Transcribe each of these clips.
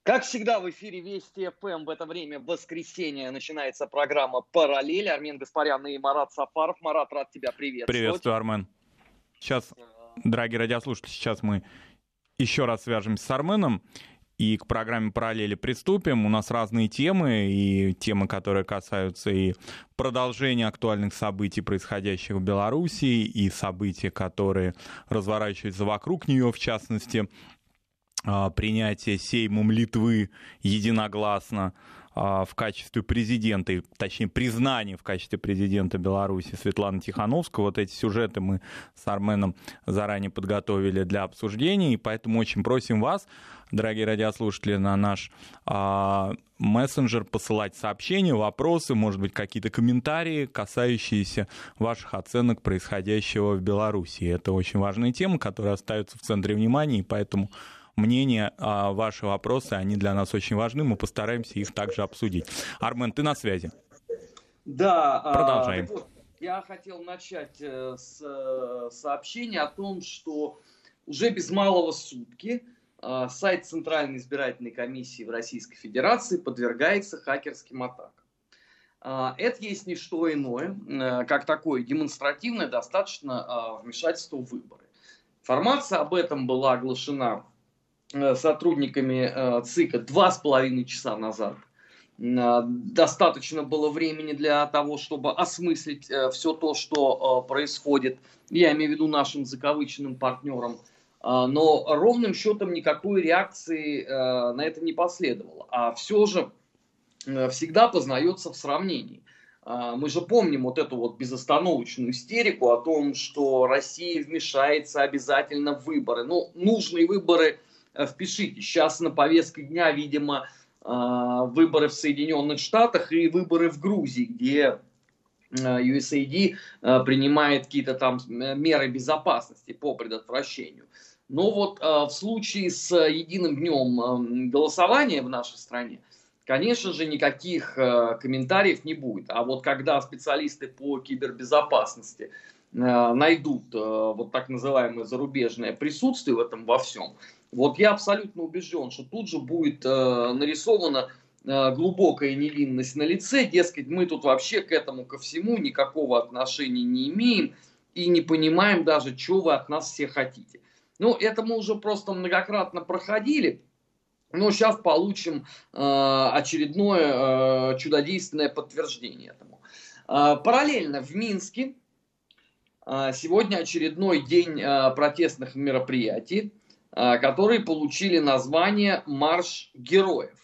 Как всегда в эфире Вести ФМ в это время в воскресенье начинается программа «Параллель». Армен Гаспарян и Марат Сафаров. Марат, рад тебя приветствовать. Приветствую, Армен. Сейчас, дорогие радиослушатели, сейчас мы еще раз свяжемся с Арменом и к программе «Параллели» приступим. У нас разные темы, и темы, которые касаются и продолжения актуальных событий, происходящих в Беларуси, и событий, которые разворачиваются вокруг нее, в частности, принятие Сеймом Литвы единогласно в качестве президента, точнее, признание в качестве президента Беларуси Светланы Тихановской. Вот эти сюжеты мы с Арменом заранее подготовили для обсуждения, и поэтому очень просим вас, дорогие радиослушатели, на наш мессенджер посылать сообщения, вопросы, может быть, какие-то комментарии, касающиеся ваших оценок происходящего в Беларуси. Это очень важная тема, которая остается в центре внимания, и поэтому мнения, ваши вопросы, они для нас очень важны, мы постараемся их также обсудить. Армен, ты на связи? Да, продолжаем. Я хотел начать с сообщения о том, что уже без малого сутки сайт Центральной избирательной комиссии в Российской Федерации подвергается хакерским атакам. Это есть не что иное, как такое демонстративное достаточно вмешательство в выборы. Информация об этом была оглашена сотрудниками ЦИКа 2,5 часа назад. Достаточно было времени для того, чтобы осмыслить все то, что происходит. Я имею в виду нашим закавыченным партнерам. Но ровным счетом никакой реакции на это не последовало. А все же всегда познается в сравнении. Мы же помним вот эту вот безостановочную истерику о том, что Россия вмешается обязательно в выборы. Ну, нужные выборы впишите. Сейчас на повестке дня, видимо, выборы в Соединенных Штатах и выборы в Грузии, где USAID принимает какие-то там меры безопасности по предотвращению. Но вот в случае с единым днем голосования в нашей стране, конечно же, никаких комментариев не будет. А вот когда специалисты по кибербезопасности найдут вот так называемое зарубежное присутствие в этом во всем, вот я абсолютно убежден, что тут же будет нарисована глубокая невинность на лице, дескать, мы тут вообще к этому ко всему никакого отношения не имеем и не понимаем даже, что вы от нас все хотите. Ну, это мы уже просто многократно проходили, но сейчас получим очередное чудодейственное подтверждение этому. Параллельно в Минске сегодня очередной день протестных мероприятий, которые получили название «Марш героев».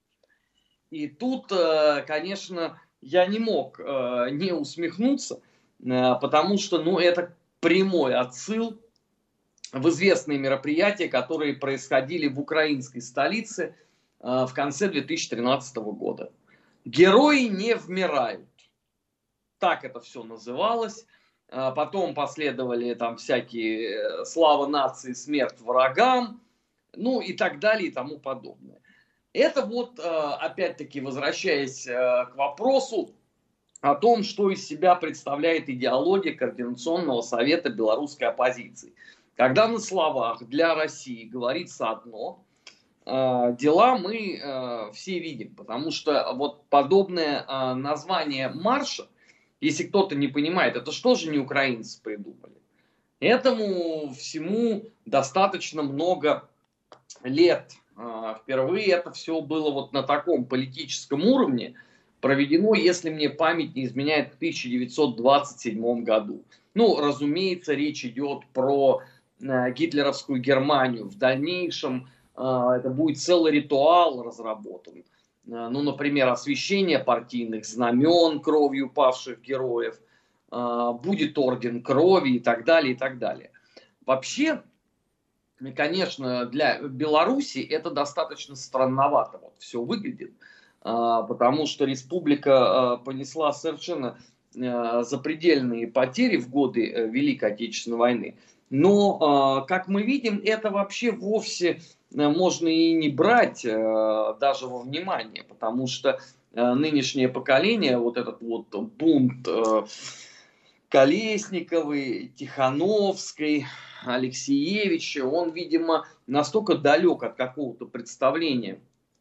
И тут, конечно, я не мог не усмехнуться, потому что, ну, это прямой отсыл в известные мероприятия, которые происходили в украинской столице в конце 2013 года. «Герои не вмирают». Так это все называлось. Потом последовали там всякие «Слава нации, смерть врагам», ну и так далее и тому подобное. Это вот, опять-таки, возвращаясь к вопросу о том, что из себя представляет идеология Координационного совета белорусской оппозиции. Когда на словах для России говорится одно, дела мы все видим, потому что вот подобное название марша, если кто-то не понимает, это что же не украинцы придумали? Этому всему достаточно много лет. Впервые это все было вот на таком политическом уровне проведено, если мне память не изменяет, в 1927 году. Ну, разумеется, речь идет про гитлеровскую Германию. В дальнейшем это будет целый ритуал разработан. Ну, например, освящение партийных знамен кровью павших героев, будет орден крови и так далее, и так далее. Вообще, конечно, для Беларуси это достаточно странновато вот все выглядит, потому что республика понесла совершенно запредельные потери в годы Великой Отечественной войны. Но, как мы видим, это вообще вовсе можно и не брать даже во внимание, потому что нынешнее поколение, вот этот вот бунт Колесниковой, Тихановской, Алексеевича, он, видимо, настолько далек от какого-то представления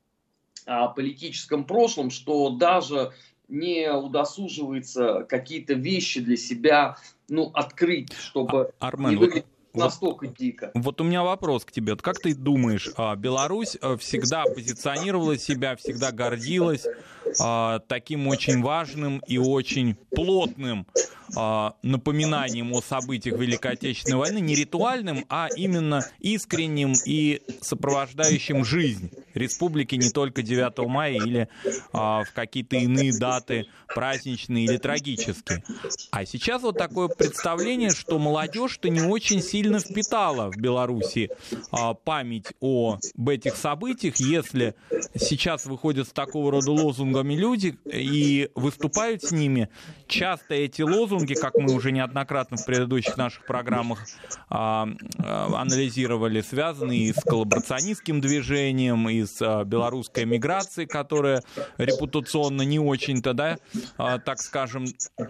политическом прошлом, что даже не удосуживается какие-то вещи для себя, открыть, чтобы Армен, не выглядеть настолько дико. Вот у меня вопрос к тебе. Вот как ты думаешь, Беларусь всегда позиционировала себя, всегда гордилась таким очень важным и очень плотным напоминанием о событиях Великой Отечественной войны, не ритуальным, а именно искренним и сопровождающим жизнь республики не только 9 мая или в какие-то иные даты праздничные или трагические. А сейчас вот такое представление, что молодежь-то не очень сильно впитала в Беларуси память об этих событиях, если сейчас выходят с такого рода лозунгами люди и выступают с ними. Часто эти лозунги, как мы уже неоднократно в предыдущих наших программах анализировали, связаны и с коллаборационистским движением, и с белорусской эмиграцией, которая репутационно не очень-то, да, так скажем,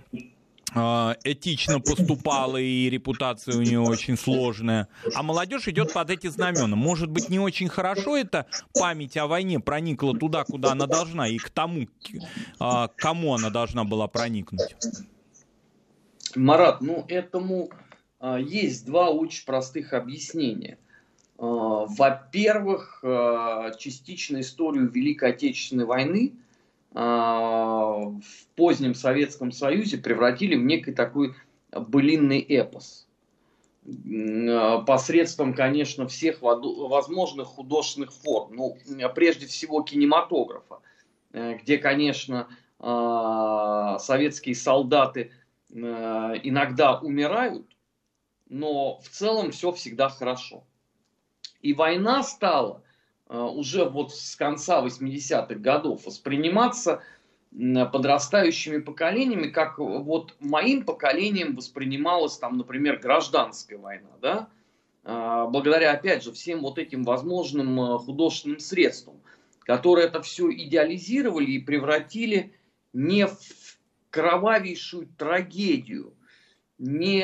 этично поступала, и репутация у нее очень сложная. А молодежь идет под эти знамена. Может быть, не очень хорошо эта память о войне проникла туда, куда она должна, и к тому, кому она должна была проникнуть. Марат, этому есть два очень простых объяснения. Во-первых, частично историю Великой Отечественной войны в позднем Советском Союзе превратили в некий такой былинный эпос. Посредством, конечно, всех возможных художественных форм. Прежде всего кинематографа, где, конечно, советские солдаты иногда умирают, но в целом все всегда хорошо. И война стала уже вот с конца 80-х годов восприниматься подрастающими поколениями, как вот моим поколением воспринималась там, например, гражданская война, да? Благодаря, опять же, всем вот этим возможным художественным средствам, которые это все идеализировали и превратили не в кровавейшую трагедию, не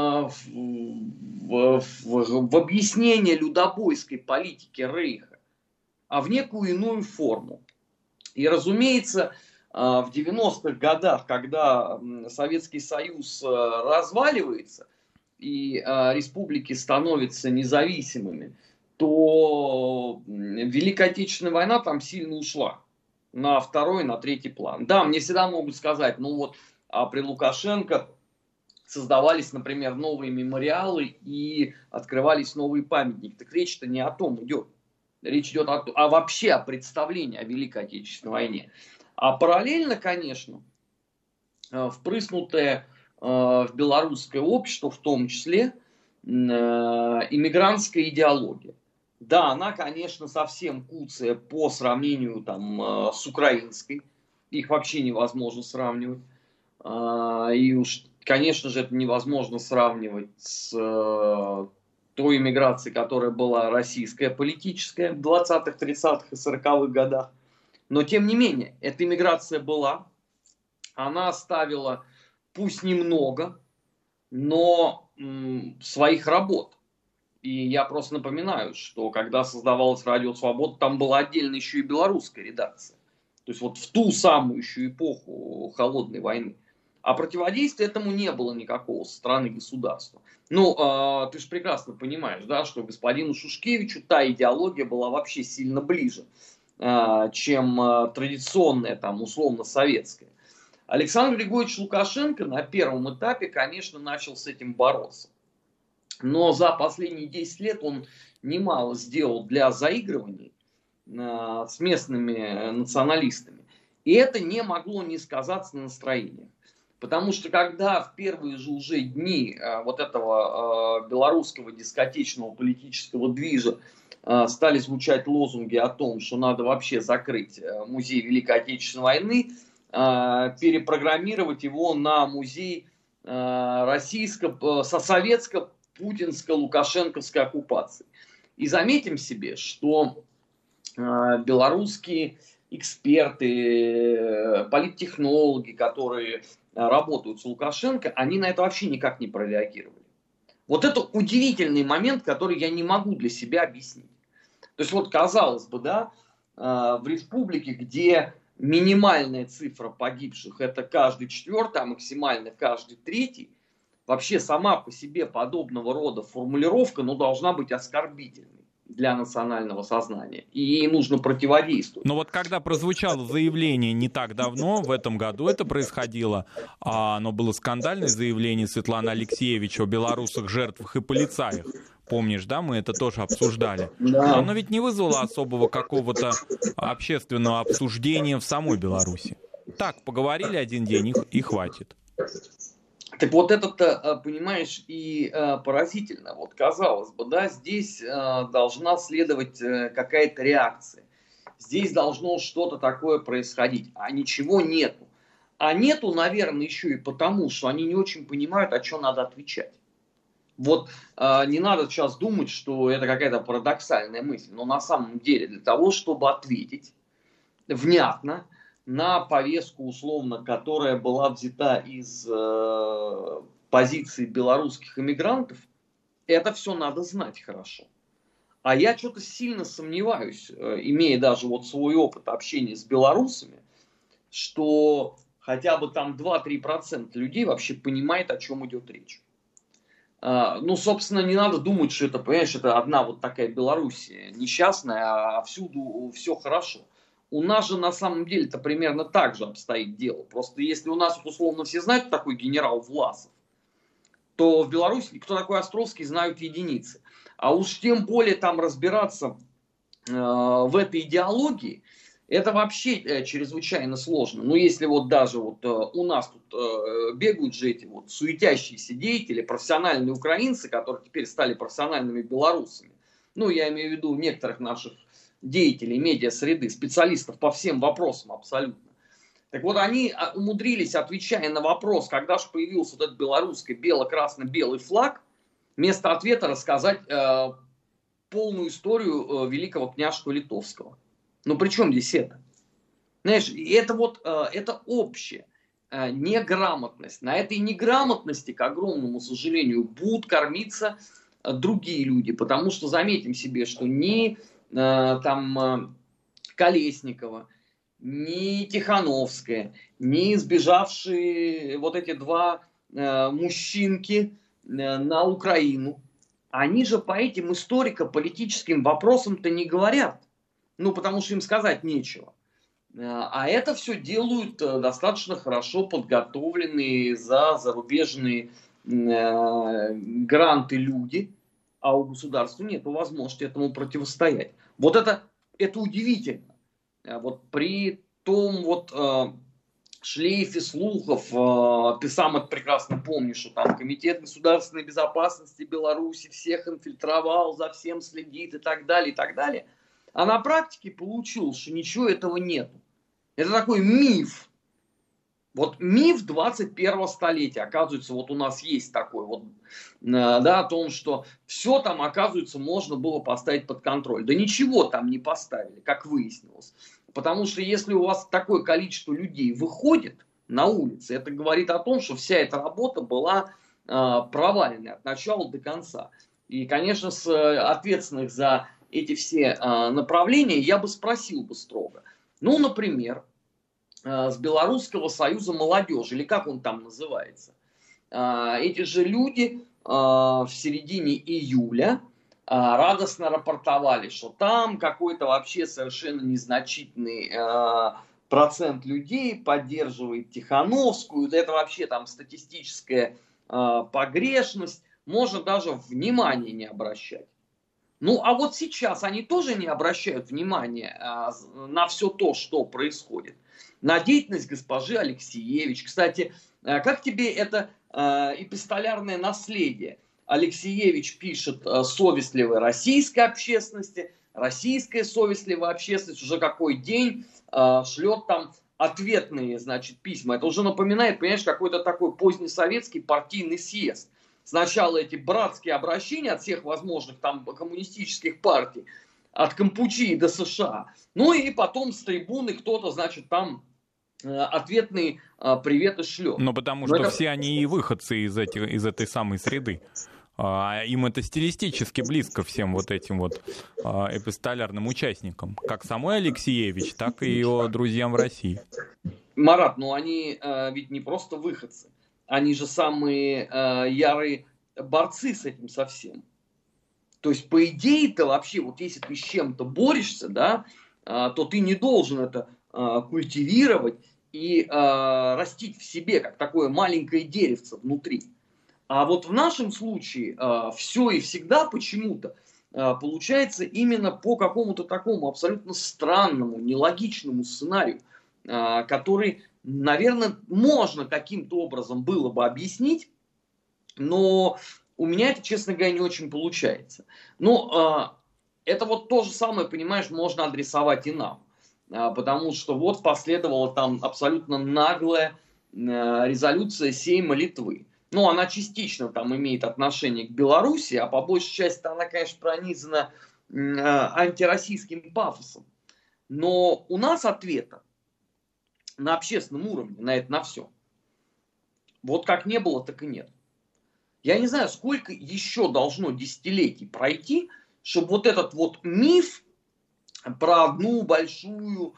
в объяснение людобойской политики Рейха, а в некую иную форму. И, разумеется, в 90-х годах, когда Советский Союз разваливается и республики становятся независимыми, то Великая Отечественная война там сильно ушла на второй, на третий план. Да, мне всегда могут сказать, при Лукашенко создавались, например, новые мемориалы и открывались новые памятники. Так речь-то не о том идет. Речь идет вообще о представлении о Великой Отечественной войне. А параллельно, конечно, впрыснутое в белорусское общество, в том числе, иммигрантская идеология. Да, она, конечно, совсем куцая по сравнению с украинской. Их вообще невозможно сравнивать. И уж, конечно же, это невозможно сравнивать с той иммиграцией, которая была российская, политическая в 20-х, 30-х и 40-х годах. Но, тем не менее, эта иммиграция была. Она оставила, пусть немного, но своих работ. И я просто напоминаю, что когда создавалось Радио Свобода, там была отдельно еще и белорусская редакция. То есть вот в ту самую еще эпоху холодной войны. А противодействия этому не было никакого со стороны государства. Ты же прекрасно понимаешь, да, что господину Шушкевичу та идеология была вообще сильно ближе, чем традиционная, условно-советская. Александр Григорьевич Лукашенко на первом этапе, конечно, начал с этим бороться. Но за последние 10 лет он немало сделал для заигрываний с местными националистами. И это не могло не сказаться на настроениях. Потому что когда в первые же уже дни вот этого белорусского дискотечного политического движа стали звучать лозунги о том, что надо вообще закрыть музей Великой Отечественной войны, перепрограммировать его на музей советско-путинско-лукашенковской оккупации. И заметим себе, что белорусские эксперты, политтехнологи, которые работают с Лукашенко, они на это вообще никак не прореагировали. Вот это удивительный момент, который я не могу для себя объяснить. То есть вот казалось бы, да, в республике, где минимальная цифра погибших это каждый четвертый, а максимально каждый третий, вообще сама по себе подобного рода формулировка, должна быть оскорбительной для национального сознания. И ей нужно противодействовать. Но вот когда прозвучало заявление не так давно, в этом году это происходило, оно было скандальное заявление Светланы Алексеевич о белорусах, жертвах и полицаях. Помнишь, да, мы это тоже обсуждали. Да. Оно ведь не вызвало особого какого-то общественного обсуждения в самой Беларуси. Так, поговорили один день и хватит. Так вот это, понимаешь, и поразительно. Вот казалось бы, да, здесь должна следовать какая-то реакция. Здесь должно что-то такое происходить, а ничего нету. А нету, наверное, еще и потому, что они не очень понимают, о чем надо отвечать. Вот не надо сейчас думать, что это какая-то парадоксальная мысль, но на самом деле для того, чтобы ответить внятно на повестку, условно, которая была взята из позиции белорусских иммигрантов, это все надо знать хорошо. А я что-то сильно сомневаюсь, имея даже вот свой опыт общения с белорусами, что хотя бы там 2-3% людей вообще понимает, о чем идет речь. Собственно, не надо думать, что это, понимаешь, это одна вот такая Белоруссия несчастная, а всюду все хорошо. У нас же на самом деле-то примерно так же обстоит дело. Просто если у нас, условно, все знают, кто такой генерал Власов, то в Беларуси кто такой Островский знают единицы. А уж тем более там разбираться в этой идеологии, это вообще чрезвычайно сложно. Но если вот даже вот у нас тут бегают же эти вот суетящиеся деятели, профессиональные украинцы, которые теперь стали профессиональными белорусами. Я имею в виду некоторых наших деятелей медиа-среды, специалистов по всем вопросам абсолютно. Так вот, они умудрились, отвечая на вопрос, когда же появился вот этот белорусский бело-красно-белый флаг, вместо ответа рассказать полную историю великого княжества Литовского. При чем здесь это? Знаешь, это общее. Неграмотность. На этой неграмотности, к огромному сожалению, будут кормиться другие люди. Потому что, заметим себе, что ни Колесникова, ни Тихановская, ни сбежавшие вот эти два мужчинки на Украину, они же по этим историко-политическим вопросам-то не говорят. Потому что им сказать нечего. А это все делают достаточно хорошо подготовленные за зарубежные гранты люди, а у государства нет возможности этому противостоять. Вот это удивительно. Вот при том шлейфе слухов, ты сам это прекрасно помнишь, что там Комитет государственной безопасности Беларуси всех инфильтровал, за всем следит и так далее, и так далее. А на практике получилось, что ничего этого нету. Это такой миф. Вот миф 21-го столетия. Оказывается, вот у нас есть такой о том, что все там, оказывается, можно было поставить под контроль. Да ничего там не поставили, как выяснилось. Потому что если у вас такое количество людей выходит на улицы, это говорит о том, что вся эта работа была проваленной от начала до конца. И, конечно, с ответственных за эти все направления я бы спросил бы строго. Например, с Белорусского союза молодежи, или как он там называется. Эти же люди в середине июля радостно рапортовали, что там какой-то вообще совершенно незначительный процент людей поддерживает Тихановскую, это вообще там статистическая погрешность, можно даже внимания не обращать. А вот сейчас они тоже не обращают внимания на все то, что происходит. На деятельность госпожи Алексеевич. Кстати, как тебе это эпистолярное наследие? Алексеевич пишет совестливой российской общественности, российская совестливая общественность уже какой день шлет там ответные, письма. Это уже напоминает, понимаешь, какой-то такой позднесоветский партийный съезд. Сначала эти братские обращения от всех возможных там коммунистических партий, от Кампучии до США. И потом с трибуны кто-то, там ответные приветы шлет. Потому что все они и выходцы из этой самой среды. Им это стилистически близко всем вот этим вот эпистолярным участникам, как самой Алексеевич, так и его друзьям в России. Марат, ну они ведь не просто выходцы, они же самые ярые борцы с этим совсем. То есть, по идее-то вообще, вот если ты с чем-то борешься, да, то ты не должен это культивировать и растить в себе, как такое маленькое деревце внутри. А вот в нашем случае все и всегда почему-то получается именно по какому-то такому абсолютно странному, нелогичному сценарию, который, наверное, можно каким-то образом было бы объяснить, но у меня это, честно говоря, не очень получается. Но это вот то же самое, понимаешь, можно адресовать и нам. Потому что вот последовала там абсолютно наглая резолюция Сейма Литвы. Ну, она частично там имеет отношение к Беларуси, а по большей части она, конечно, пронизана антироссийским пафосом. Но у нас ответа на общественном уровне на это на все вот как не было, так и нет. Я не знаю, сколько еще должно десятилетий пройти, чтобы вот этот вот миф про одну большую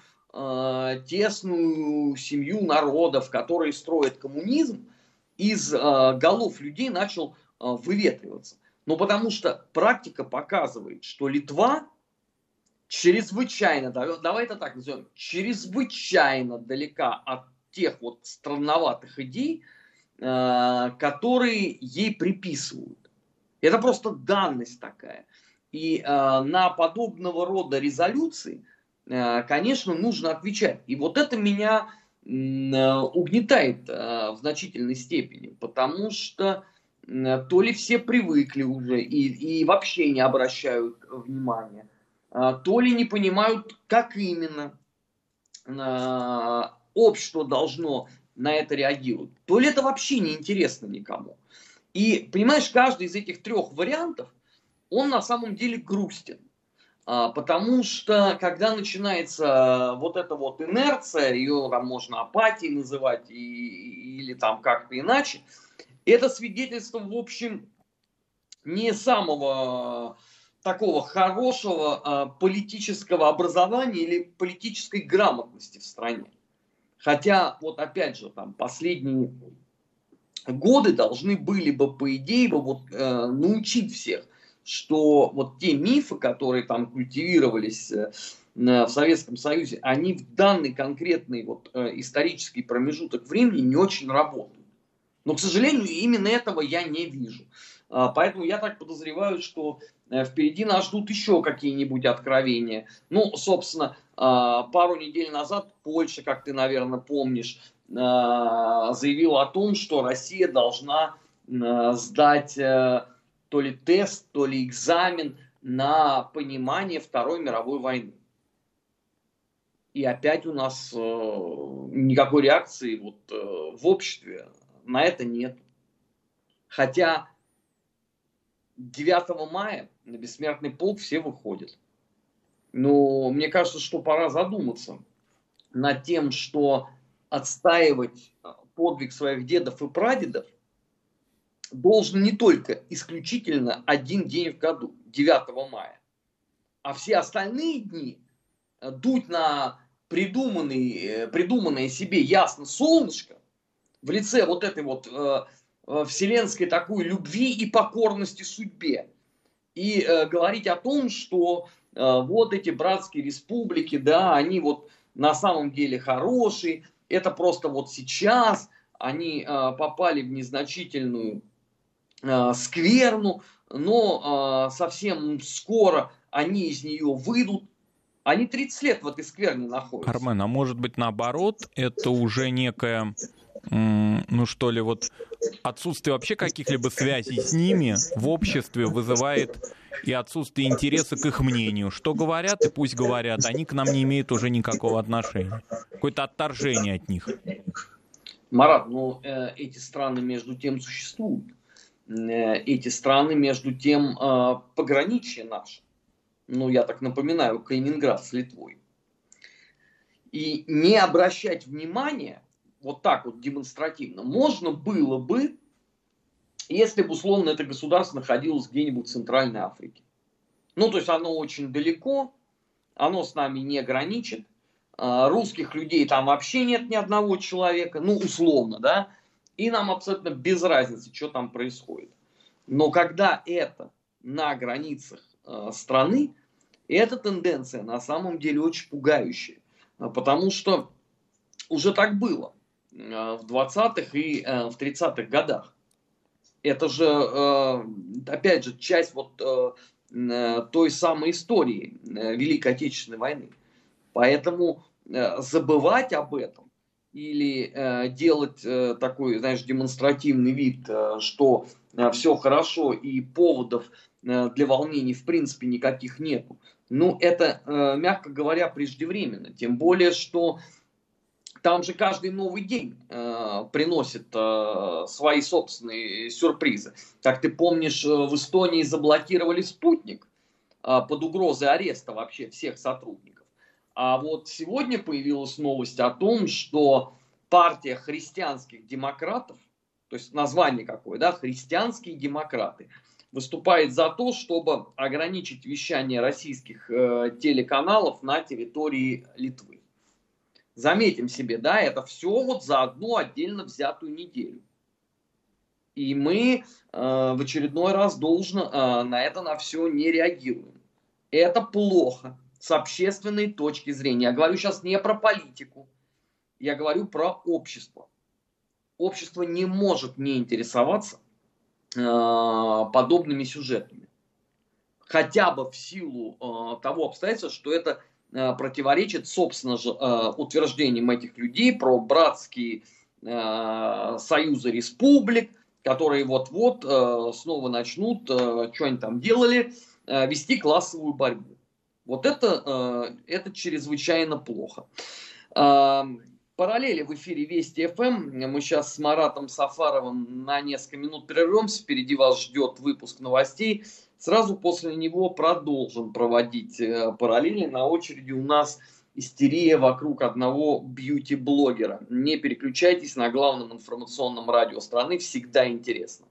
тесную семью народов, которые строят коммунизм, из голов людей начал выветриваться. Ну, потому что практика показывает, что Литва чрезвычайно, давай это так назовем, чрезвычайно далека от тех вот странноватых идей, которые ей приписывают. Это просто данность такая. И на подобного рода резолюции, конечно, нужно отвечать. И вот это меня угнетает в значительной степени, потому что то ли все привыкли уже и вообще не обращают внимания, то ли не понимают, как именно общество должно на это реагировать, то ли это вообще не интересно никому. И, понимаешь, каждый из этих трех вариантов, он на самом деле грустен. Потому что, когда начинается вот эта вот инерция, ее там можно апатией называть или там как-то иначе, это свидетельство, в общем, не самого такого хорошего политического образования или политической грамотности в стране. Хотя, вот опять же, там последние годы должны были бы, по идее, научить всех, что вот те мифы, которые там культивировались в Советском Союзе, они в данный конкретный вот исторический промежуток времени не очень работают. Но, к сожалению, именно этого я не вижу. Поэтому я так подозреваю, что впереди нас ждут еще какие-нибудь откровения. Ну, собственно, пару недель назад Польша, как ты, наверное, помнишь, заявила о том, что Россия должна сдать то ли тест, то ли экзамен на понимание Второй мировой войны. И опять у нас никакой реакции вот, в обществе на это нет. Хотя 9 мая на Бессмертный полк все выходят. Но мне кажется, что пора задуматься над тем, что отстаивать подвиг своих дедов и прадедов должен не только исключительно один день в году, 9 мая, а все остальные дни дуть на придуманное себе ясно солнышко в лице вот этой вот вселенской такой любви и покорности судьбе. И говорить о том, что вот эти братские республики, да, они вот на самом деле хорошие, это просто вот сейчас они попали в незначительную скверну, но совсем скоро они из нее выйдут. Они 30 лет в этой скверне находятся. Армен, а может быть наоборот, это уже некое, ну что ли, вот отсутствие вообще каких-либо связей с ними в обществе вызывает и отсутствие интереса к их мнению. Что говорят, и пусть говорят, они к нам не имеют уже никакого отношения. Какое-то отторжение от них. Марат, ну эти страны между тем существуют. Эти страны между тем пограничье наше. Ну, я так напоминаю, Калининград с Литвой. И не обращать внимания, вот так вот демонстративно, можно было бы, если бы, условно, это государство находилось где-нибудь в Центральной Африке. Ну, то есть оно очень далеко, оно с нами не граничит, русских людей там вообще нет ни одного человека, ну, условно, да, и нам абсолютно без разницы, что там происходит. Но когда это на границах страны, эта тенденция на самом деле очень пугающая, потому что уже так было в 20-х и в 30-х годах. Это же, опять же, часть вот той самой истории Великой Отечественной войны. Поэтому забывать об этом или делать такой, знаешь, демонстративный вид, что все хорошо и поводов для волнений в принципе никаких нету, ну, это, мягко говоря, преждевременно. Тем более, что там же каждый новый день приносит свои собственные сюрпризы. Как ты помнишь, в Эстонии заблокировали спутник под угрозой ареста вообще всех сотрудников. А вот сегодня появилась новость о том, что партия христианских демократов, то есть название какое, да, христианские демократы, выступает за то, чтобы ограничить вещание российских телеканалов на территории Литвы. Заметим себе, да, это все вот за одну отдельно взятую неделю. И мы в очередной раз должно на это на все не реагируем. Это плохо с общественной точки зрения. Я говорю сейчас не про политику, я говорю про общество. Общество не может не интересоваться подобными сюжетами. Хотя бы в силу того обстоятельства, что это противоречит, собственно же, утверждениям этих людей про братские союзы республик, которые вот-вот снова начнут, что они там делали, вести классовую борьбу. Вот это чрезвычайно плохо. Параллели в эфире Вести ФМ. Мы сейчас с Маратом Сафаровым на несколько минут прервемся. Впереди вас ждет выпуск новостей. Сразу после него продолжим проводить параллели. На очереди у нас истерия вокруг одного бьюти-блогера. Не переключайтесь, на главном информационном радио страны всегда интересно.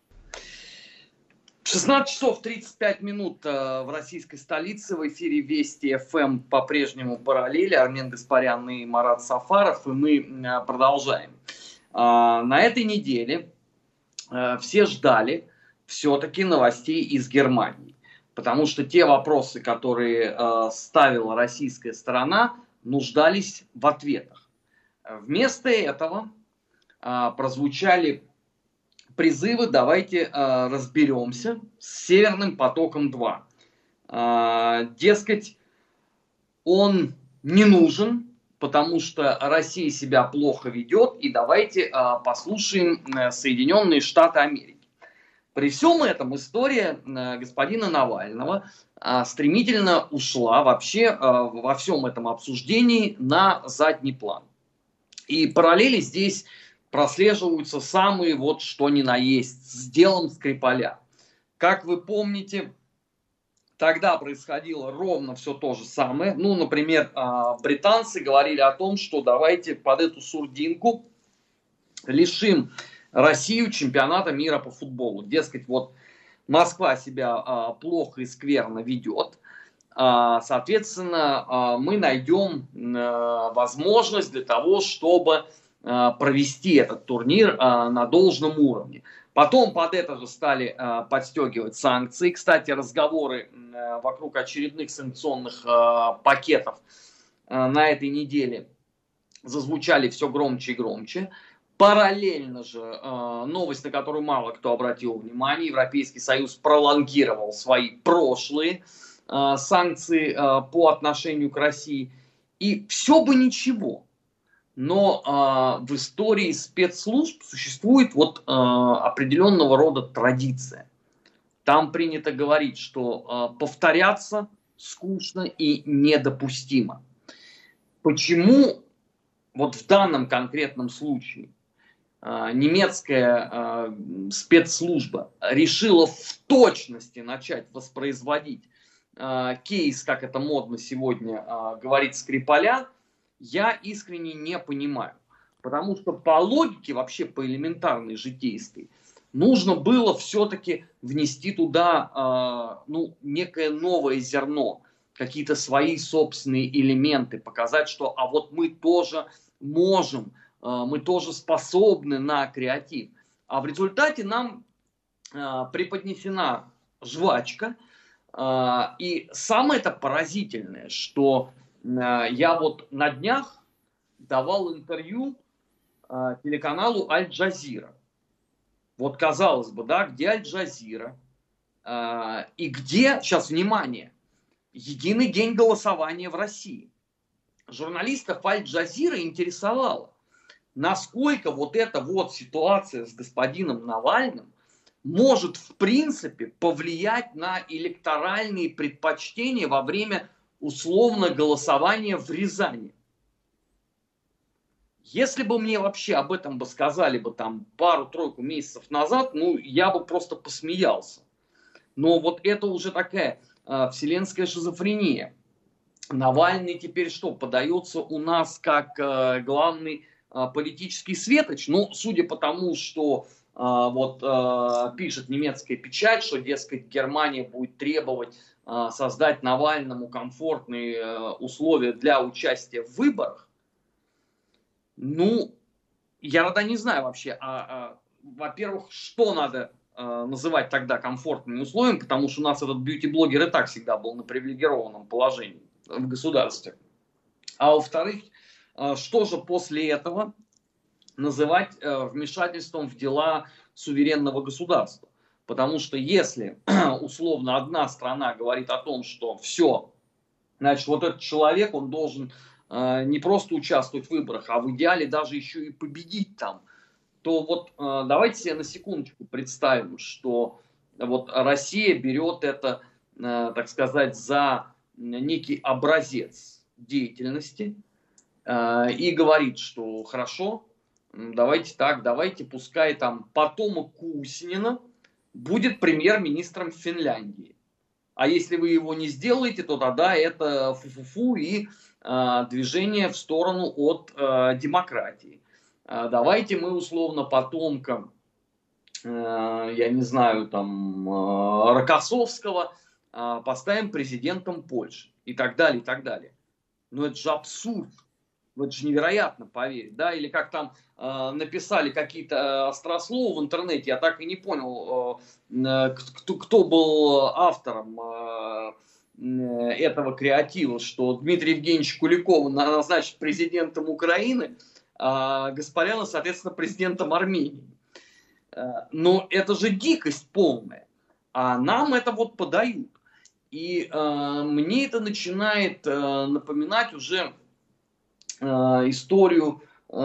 16 часов 35 минут в российской столице. В эфире Вести ФМ по-прежнему параллели. Армен Гаспарян и Марат Сафаров. И мы продолжаем. На этой неделе все ждали все-таки новостей из Германии. Потому что те вопросы, которые ставила российская сторона, нуждались в ответах. Вместо этого прозвучали призывы: давайте разберемся с Северным потоком-2. Дескать, он не нужен, потому что Россия себя плохо ведет, и давайте послушаем Соединенные Штаты Америки. При всем этом история господина Навального стремительно ушла вообще во всем этом обсуждении на задний план. И параллели здесь прослеживаются самые вот что ни на есть с делом Скрипаля. Как вы помните, тогда происходило ровно все то же самое. Ну, например, британцы говорили о том, что давайте под эту сурдинку лишим Россию чемпионата мира по футболу. Дескать, вот Москва себя плохо и скверно ведет. Соответственно, мы найдем возможность для того, чтобы провести этот турнир на должном уровне. Потом под это же стали подстегивать санкции. Кстати, разговоры вокруг очередных санкционных пакетов на этой неделе зазвучали все громче и громче. Параллельно же новость, на которую мало кто обратил внимание: Европейский Союз пролонгировал свои прошлые санкции по отношению к России. И все бы ничего. Но в истории спецслужб существует вот определенного рода традиция. Там принято говорить, что повторяться скучно и недопустимо. Почему вот в данном конкретном случае немецкая спецслужба решила в точности начать воспроизводить кейс, как это модно сегодня говорить, Скрипаля, я искренне не понимаю. Потому что по логике, вообще по элементарной житейской, нужно было все-таки внести туда некое новое зерно, какие-то свои собственные элементы, показать, что а вот мы тоже можем, мы тоже способны на креатив. А в результате нам преподнесена жвачка. И самое это поразительное, что я вот на днях давал интервью телеканалу Аль-Джазира. Вот казалось бы, да, где Аль-Джазира и где, сейчас внимание, единый день голосования в России. Журналистов Аль-Джазира интересовало, насколько вот эта вот ситуация с господином Навальным может в принципе повлиять на электоральные предпочтения во время условно голосования в Рязани. Если бы мне вообще об этом бы сказали бы там пару-тройку месяцев назад, ну я бы просто посмеялся. Но вот это уже такая вселенская шизофрения. Навальный теперь что, подается у нас как главный политический светоч? Ну, судя по тому, что пишет немецкая печать, что, дескать, Германия будет требовать создать Навальному комфортные условия для участия в выборах, ну, я тогда не знаю вообще, во-первых, что надо называть тогда комфортными условиями, потому что у нас этот бьюти-блогер и так всегда был на привилегированном положении в государстве. А во-вторых, что же после этого называть вмешательством в дела суверенного государства? Потому что если условно одна страна говорит о том, что все, значит, вот этот человек, он должен не просто участвовать в выборах, а в идеале даже еще и победить там, то вот давайте себе на секундочку представим, что вот Россия берет это, так сказать, за некий образец деятельности и говорит, что хорошо, давайте так, давайте пускай там потомок Кусинина будет премьер-министром Финляндии. А если вы его не сделаете, то тогда это фу-фу-фу и движение в сторону от демократии. Давайте мы условно потомкам, я не знаю, там, Рокоссовского поставим президентом Польши и так далее, и так далее. Но это же абсурд. Это же невероятно поверить, да, или как там написали какие-то острословы в интернете, я так и не понял, кто был автором этого креатива, что Дмитрий Евгеньевич Куликов назначит президентом Украины, а Гаспаряна, соответственно, президентом Армении. Но это же дикость полная, а нам это вот подают. И мне это начинает напоминать уже историю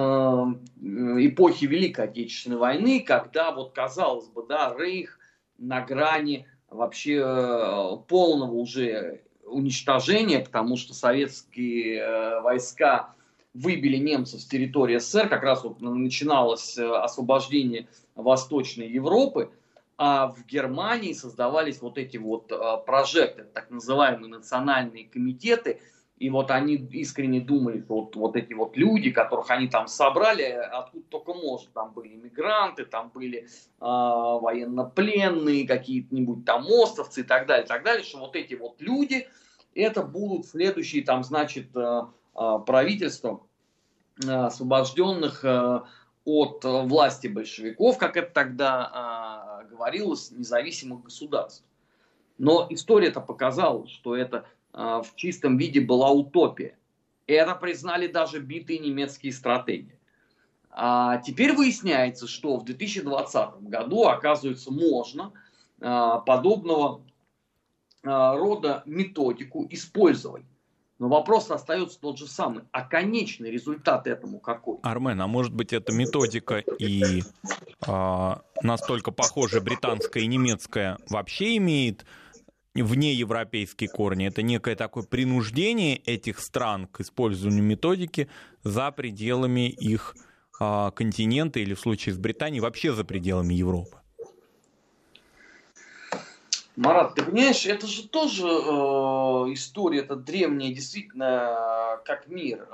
эпохи Великой Отечественной войны, когда вот казалось бы, да, Рейх на грани вообще полного уже уничтожения, потому что советские войска выбили немцев с территории СССР, как раз вот начиналось освобождение Восточной Европы, а в Германии создавались вот эти вот прожекты, так называемые национальные комитеты, и вот они искренне думали, что вот эти вот люди, которых они там собрали, откуда только может, там были иммигранты, там были военнопленные, какие-нибудь там островцы и так далее, что вот эти вот люди, это будут следующие там, значит, правительства освобожденных от власти большевиков, как это тогда говорилось, независимых государств. Но история-то показала, что это в чистом виде была утопия. Это признали даже битые немецкие стратеги. А теперь выясняется, что в 2020 году, оказывается, можно подобного рода методику использовать. Но вопрос остается тот же самый. А конечный результат этому какой? Армен, а может быть эта методика и настолько похожая британская и немецкая вообще имеет внеевропейские корни? Это некое такое принуждение этих стран к использованию методики за пределами их континента или в случае с Британией вообще за пределами Европы? Марат, ты понимаешь, это же тоже история, это древняя, действительно, как мир,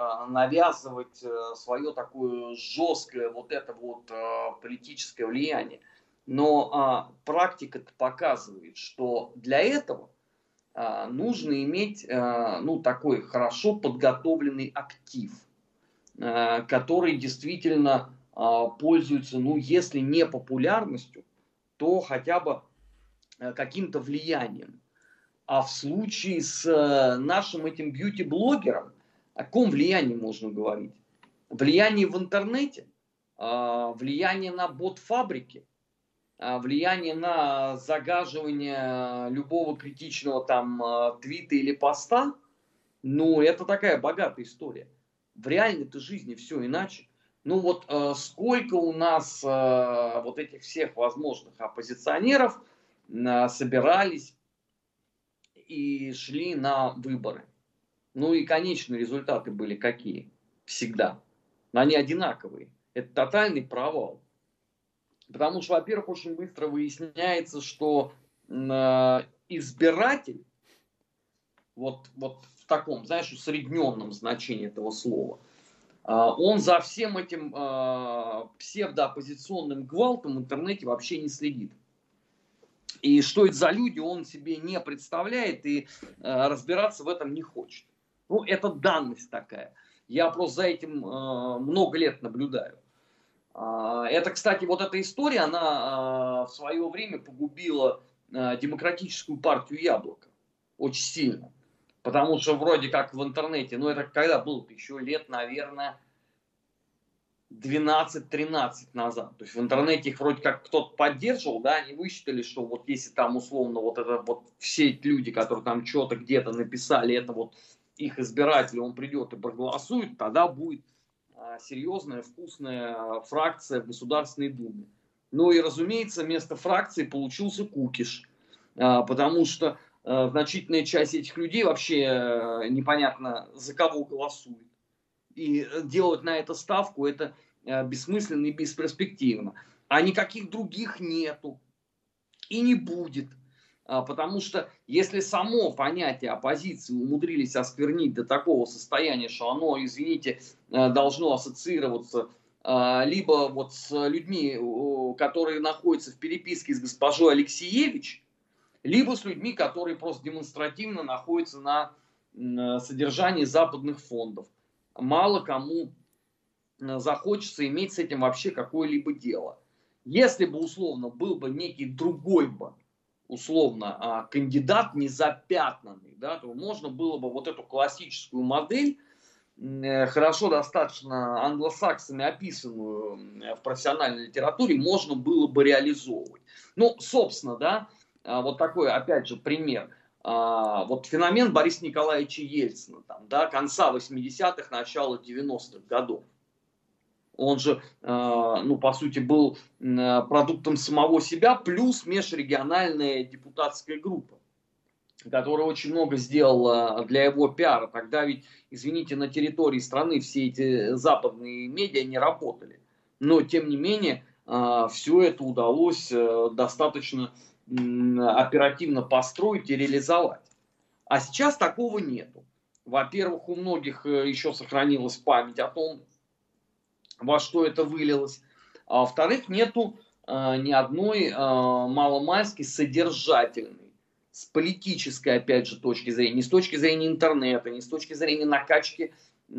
навязывать свое такое жесткое вот это вот политическое влияние. Но практика показывает, что для этого нужно иметь такой хорошо подготовленный актив, который действительно пользуется, если не популярностью, то хотя бы каким-то влиянием. А в случае с нашим этим бьюти-блогером, о каком влиянии можно говорить? Влияние в интернете, влияние на бот-фабрики, влияние на загаживание любого критичного там твита или поста, это такая богатая история. В реальной-то жизни все иначе. Сколько у нас вот этих всех возможных оппозиционеров собирались и шли на выборы. И конечные результаты были какие? Всегда. Они одинаковые. Это тотальный провал. Потому что, во-первых, очень быстро выясняется, что избиратель, вот в таком, усредненном значении этого слова, он за всем этим псевдооппозиционным гвалтом в интернете вообще не следит. И что это за люди, он себе не представляет и разбираться в этом не хочет. Это данность такая. Я просто за этим много лет наблюдаю. Это, кстати, вот эта история, она в свое время погубила демократическую партию «Яблоко» очень сильно. Потому что вроде как в интернете, это когда было-то еще лет, наверное, 12-13 назад. То есть в интернете их вроде как кто-то поддерживал, они высчитали, что вот если там условно все эти люди, которые там что-то где-то написали, это вот их избиратели, он придет и проголосует, тогда будет серьезная, вкусная фракция в Государственной Думе. И, разумеется, вместо фракции получился кукиш, потому что значительная часть этих людей вообще непонятно за кого голосует. И делать на это ставку, это бессмысленно и бесперспективно. А никаких других нету. И не будет. Потому что если само понятие оппозиции умудрились осквернить до такого состояния, что оно, извините, должно ассоциироваться либо с людьми, которые находятся в переписке с госпожой Алексеевич, либо с людьми, которые просто демонстративно находятся на содержании западных фондов. Мало кому захочется иметь с этим вообще какое-либо дело. Если бы условно был бы некий другой бы условно кандидат незапятнанный, то можно было бы вот эту классическую модель, хорошо достаточно англосаксами описанную в профессиональной литературе, можно было бы реализовывать. Собственно, вот такой, опять же, пример. Вот феномен Бориса Николаевича Ельцина, конца 80-х, начала 90-х годов. Он же, по сути, был продуктом самого себя, плюс межрегиональная депутатская группа, которая очень много сделала для его пиара. Тогда ведь, извините, на территории страны все эти западные медиа не работали. Но, тем не менее, все это удалось достаточно оперативно построить и реализовать. А сейчас такого нету. Во-первых, у многих еще сохранилась память о том, во что это вылилось. А во-вторых, нету ни одной маломальски содержательной, с политической, опять же, точки зрения, не с точки зрения интернета, не с точки зрения накачки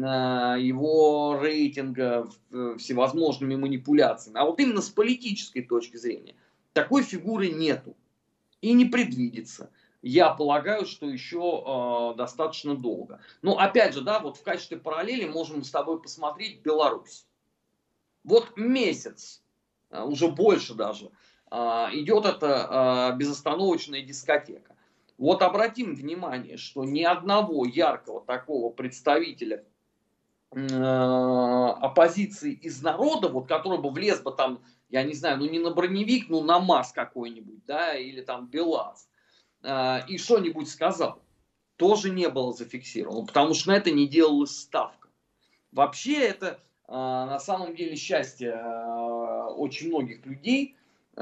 его рейтинга всевозможными манипуляциями, а вот именно с политической точки зрения. Такой фигуры нету и не предвидится. Я полагаю, что еще достаточно долго. Опять же, вот в качестве параллели можем с тобой посмотреть Беларусь. Вот месяц, уже больше даже, идет эта безостановочная дискотека. Вот обратим внимание, что ни одного яркого такого представителя оппозиции из народа, который бы влез бы там, я не знаю, не на броневик, на МАЗ какой-нибудь, или там БелАЗ, и что-нибудь сказал, тоже не было зафиксировано, потому что на это не делалась ставка. Вообще это на самом деле счастье очень многих людей,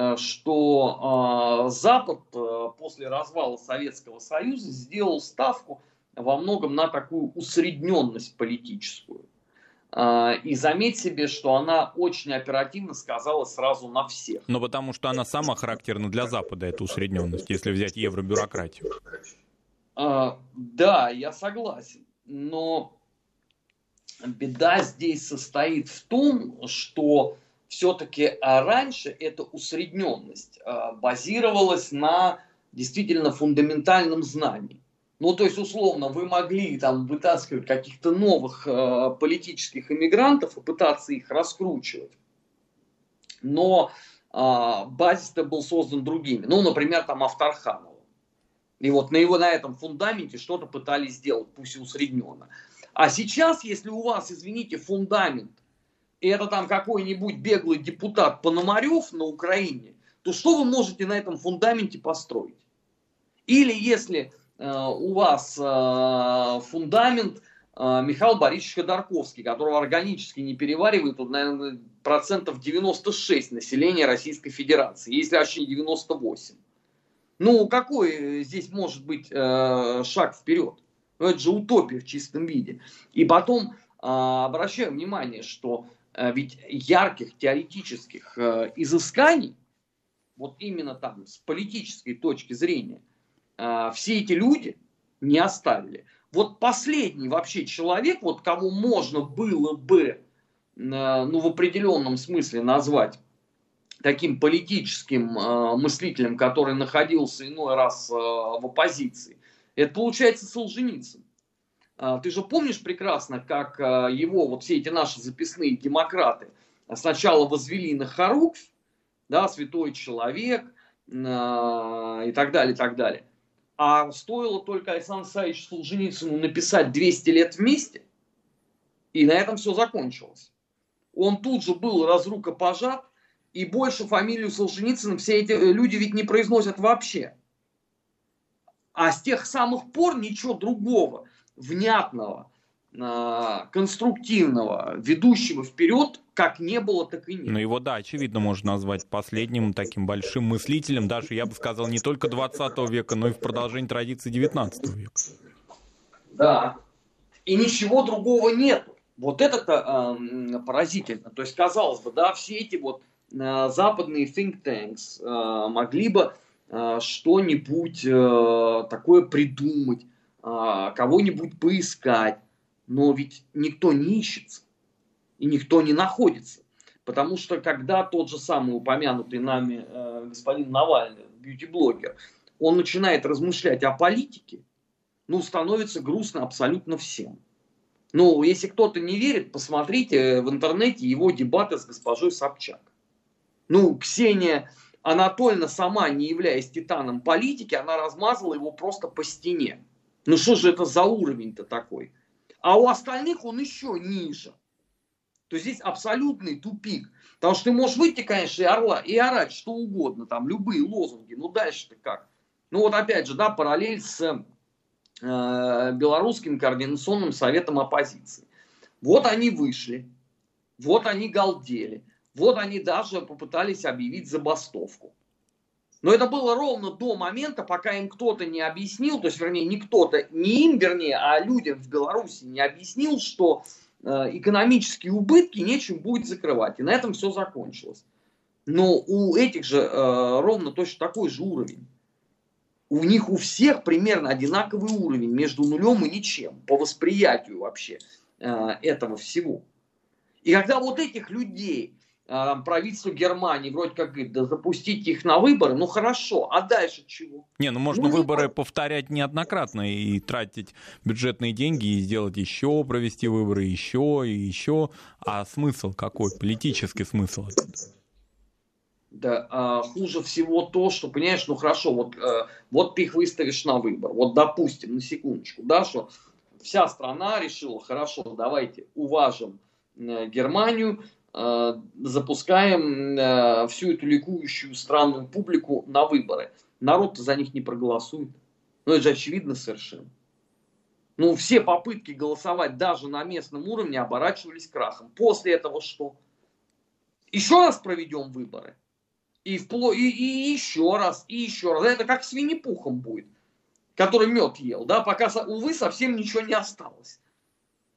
что Запад после развала Советского Союза сделал ставку во многом на такую усредненность политическую. И заметь себе, что она очень оперативно сказалась сразу на всех. Но потому что она сама характерна для Запада, эта усредненность, если взять евробюрократию. Да, я согласен. Но беда здесь состоит в том, что все-таки раньше эта усредненность базировалась на действительно фундаментальном знании. Ну, то есть, условно, вы могли там вытаскивать каких-то новых политических иммигрантов и пытаться их раскручивать. Но базис-то был создан другими. Ну, например, там Авторханова. И вот на этом фундаменте что-то пытались сделать, пусть и усредненно. А сейчас, если у вас, извините, фундамент, и это там какой-нибудь беглый депутат Пономарев на Украине, то что вы можете на этом фундаменте построить? Или если у вас фундамент Михаил Борисович Ходорковский, которого органически не переваривает, тут, наверное, 96% населения Российской Федерации, если вообще 98%. Ну, какой здесь может быть шаг вперед? Ну, это же утопия в чистом виде. И потом обращаю внимание, что ведь ярких теоретических изысканий, вот именно там с политической точки зрения, все эти люди не оставили. Вот последний вообще человек, вот кого можно было бы, ну, в определенном смысле назвать таким политическим мыслителем, который находился иной раз в оппозиции, это получается Солженицын. Ты же помнишь прекрасно, как его, вот все эти наши записные демократы сначала возвели на хоруквь, да, святой человек и так далее, и так далее. А стоило только Александру Александровичу Солженицыну написать 200 лет вместе, и на этом все закончилось. Он тут же был разрукопожат, и больше фамилию Солженицына все эти люди ведь не произносят вообще. А с тех самых пор ничего другого, внятного, конструктивного, ведущего вперед, как не было, так и нет. Ну его, да, очевидно, можно назвать последним таким большим мыслителем, даже, я бы сказал, не только 20 века, но и в продолжении традиций 19 века. Да, и ничего другого нет. Вот это-то поразительно. То есть, казалось бы, да, все эти вот западные think tanks могли бы что-нибудь такое придумать, кого-нибудь поискать, но ведь никто не ищется и никто не находится. Потому что когда тот же самый упомянутый нами господин Навальный, бьюти-блогер, он начинает размышлять о политике, ну, становится грустно абсолютно всем. Ну, если кто-то не верит, посмотрите в интернете его дебаты с госпожой Собчак. Ну, Ксения Анатольевна, сама не являясь титаном политики, она размазала его просто по стене. Ну, что же это за уровень-то такой? А у остальных он еще ниже. То есть здесь абсолютный тупик. Потому что ты можешь выйти, конечно, и орать что угодно, там, любые лозунги. Ну, дальше-то как? Ну, вот опять же, да, параллель с Белорусским координационным советом оппозиции. Вот они вышли, вот они галдели, вот они даже попытались объявить забастовку. Но это было ровно до момента, пока им кто-то не объяснил, то есть, вернее, не кто-то, не им, вернее, а людям в Беларуси не объяснил, что экономические убытки нечем будет закрывать. И на этом все закончилось. Но у этих же ровно точно такой же уровень. У них у всех примерно одинаковый уровень между нулем и ничем по восприятию вообще этого всего. И когда вот этих людей правительство Германии вроде как говорит, да запустите их на выборы, ну хорошо, а дальше чего? Не, ну можно выборы повторять неоднократно и тратить бюджетные деньги и сделать еще, провести выборы еще и еще. А смысл какой? Политический смысл? Да, хуже всего то, что, понимаешь, ну хорошо, вот ты их выставишь на выбор. Вот допустим, на секундочку, да, что вся страна решила, хорошо, давайте уважим Германию, запускаем всю эту ликующую странную публику на выборы. Народ-то за них не проголосует. Ну это же очевидно совершенно. Ну все попытки голосовать даже на местном уровне оборачивались крахом. После этого что? Еще раз проведем выборы. И еще раз, и еще раз. Это как с Винни-Пухом будет, который мед ел, да, пока, увы, совсем ничего не осталось.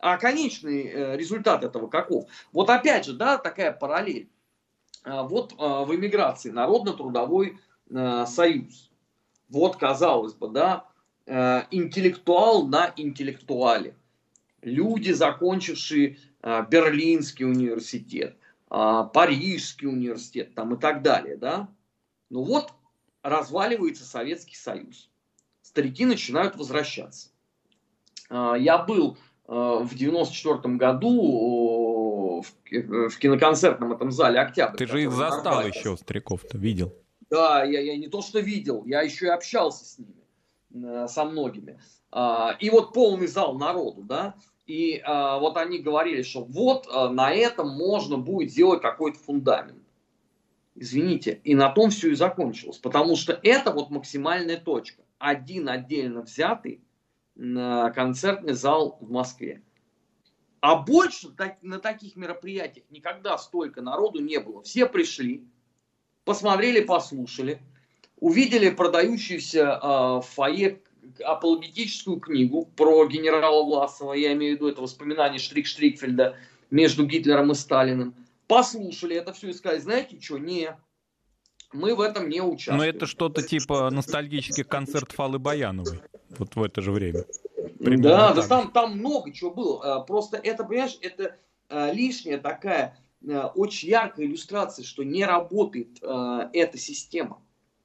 А конечный результат этого каков? Вот опять же, да, такая параллель. Вот в эмиграции Народно-трудовой союз. Вот, казалось бы, да, интеллектуал на интеллектуале. Люди, закончившие Берлинский университет, Парижский университет там, и так далее. Да? Ну вот, разваливается Советский Союз. Старики начинают возвращаться. Я был в 94 году в киноконцертном этом зале «Октябрь». Ты же их застал еще, стариков-то, видел. Да, я не то что видел, я еще и общался с ними, со многими. И вот полный зал народу, да, и вот они говорили, что вот на этом можно будет сделать какой-то фундамент. Извините, и на том все и закончилось, потому что это вот максимальная точка. Один отдельно взятый концертный зал в Москве. А больше на таких мероприятиях никогда столько народу не было. Все пришли, посмотрели, послушали, увидели продающуюся в фойе апологетическую книгу про генерала Власова, я имею в виду это воспоминание Штрик-Штрикфельда между Гитлером и Сталиным. Послушали это все и сказали, знаете что, не, мы в этом не участвуем. Но это что-то типа ностальгических концертов Аллы Баяновой, вот в это же время. Да, там много чего было. Просто это, понимаешь, это лишняя такая очень яркая иллюстрация, что не работает эта система.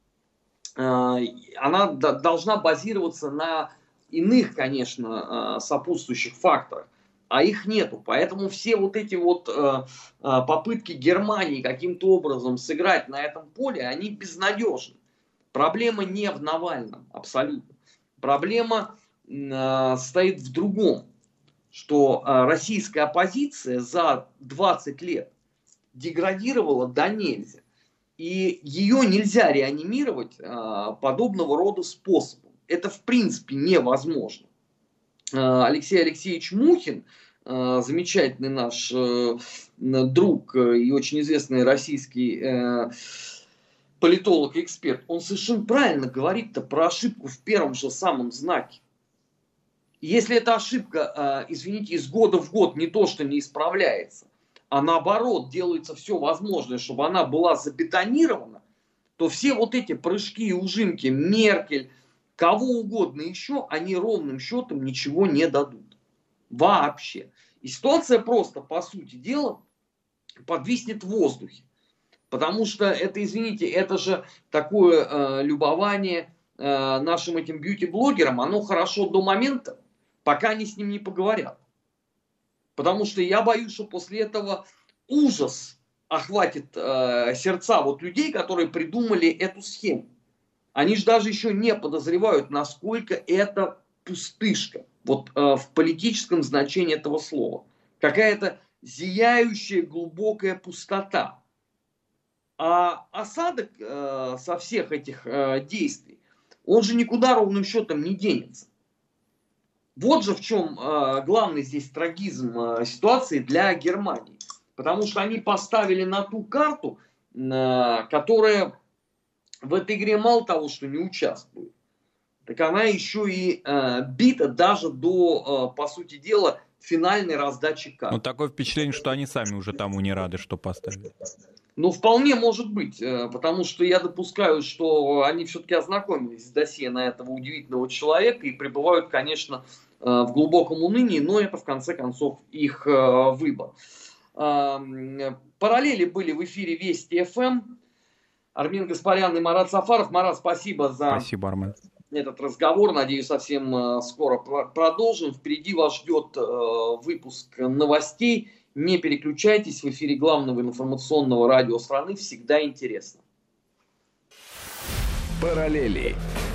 Она должна базироваться на иных, конечно, сопутствующих факторах, а их нету. Поэтому все вот эти вот попытки Германии каким-то образом сыграть на этом поле, они безнадежны. Проблема не в Навальном, абсолютно. Проблема стоит в другом, что российская оппозиция за 20 лет деградировала до нельзя. И ее нельзя реанимировать подобного рода способом. Это в принципе невозможно. Алексей Алексеевич Мухин, замечательный наш друг и очень известный российский политолог и эксперт, он совершенно правильно говорит-то про ошибку в первом же самом знаке. Если эта ошибка, извините, из года в год не то что не исправляется, а наоборот делается все возможное, чтобы она была забетонирована, то все вот эти прыжки и ужимки Меркель, кого угодно еще, они ровным счетом ничего не дадут. Вообще. И ситуация просто, по сути дела, подвиснет в воздухе. Потому что это, извините, это же такое любование нашим этим бьюти-блогерам, оно хорошо до момента, пока они с ним не поговорят. Потому что я боюсь, что после этого ужас охватит сердца вот людей, которые придумали эту схему. Они же даже еще не подозревают, насколько это пустышка. Вот в политическом значении этого слова. Какая-то зияющая глубокая пустота. А осадок со всех этих действий, он же никуда ровным счетом не денется. Вот же в чем главный здесь трагизм ситуации для Германии. Потому что они поставили на ту карту, которая в этой игре мало того, что не участвует, так она еще и бита даже до, по сути дела, финальной раздачи карт. Ну, такое впечатление, что они сами уже тому не рады, что поставили. Ну, вполне может быть, потому что я допускаю, что они все-таки ознакомились с досье на этого удивительного человека и пребывают, конечно, в глубоком унынии, но это, в конце концов, их выбор. Параллели были в эфире Вести ФМ. Армин Гаспарян и Марат Сафаров. Марат, спасибо за этот разговор. Надеюсь, совсем скоро продолжим. Впереди вас ждет выпуск новостей. Не переключайтесь, в эфире главного информационного радио страны всегда интересно. Параллели.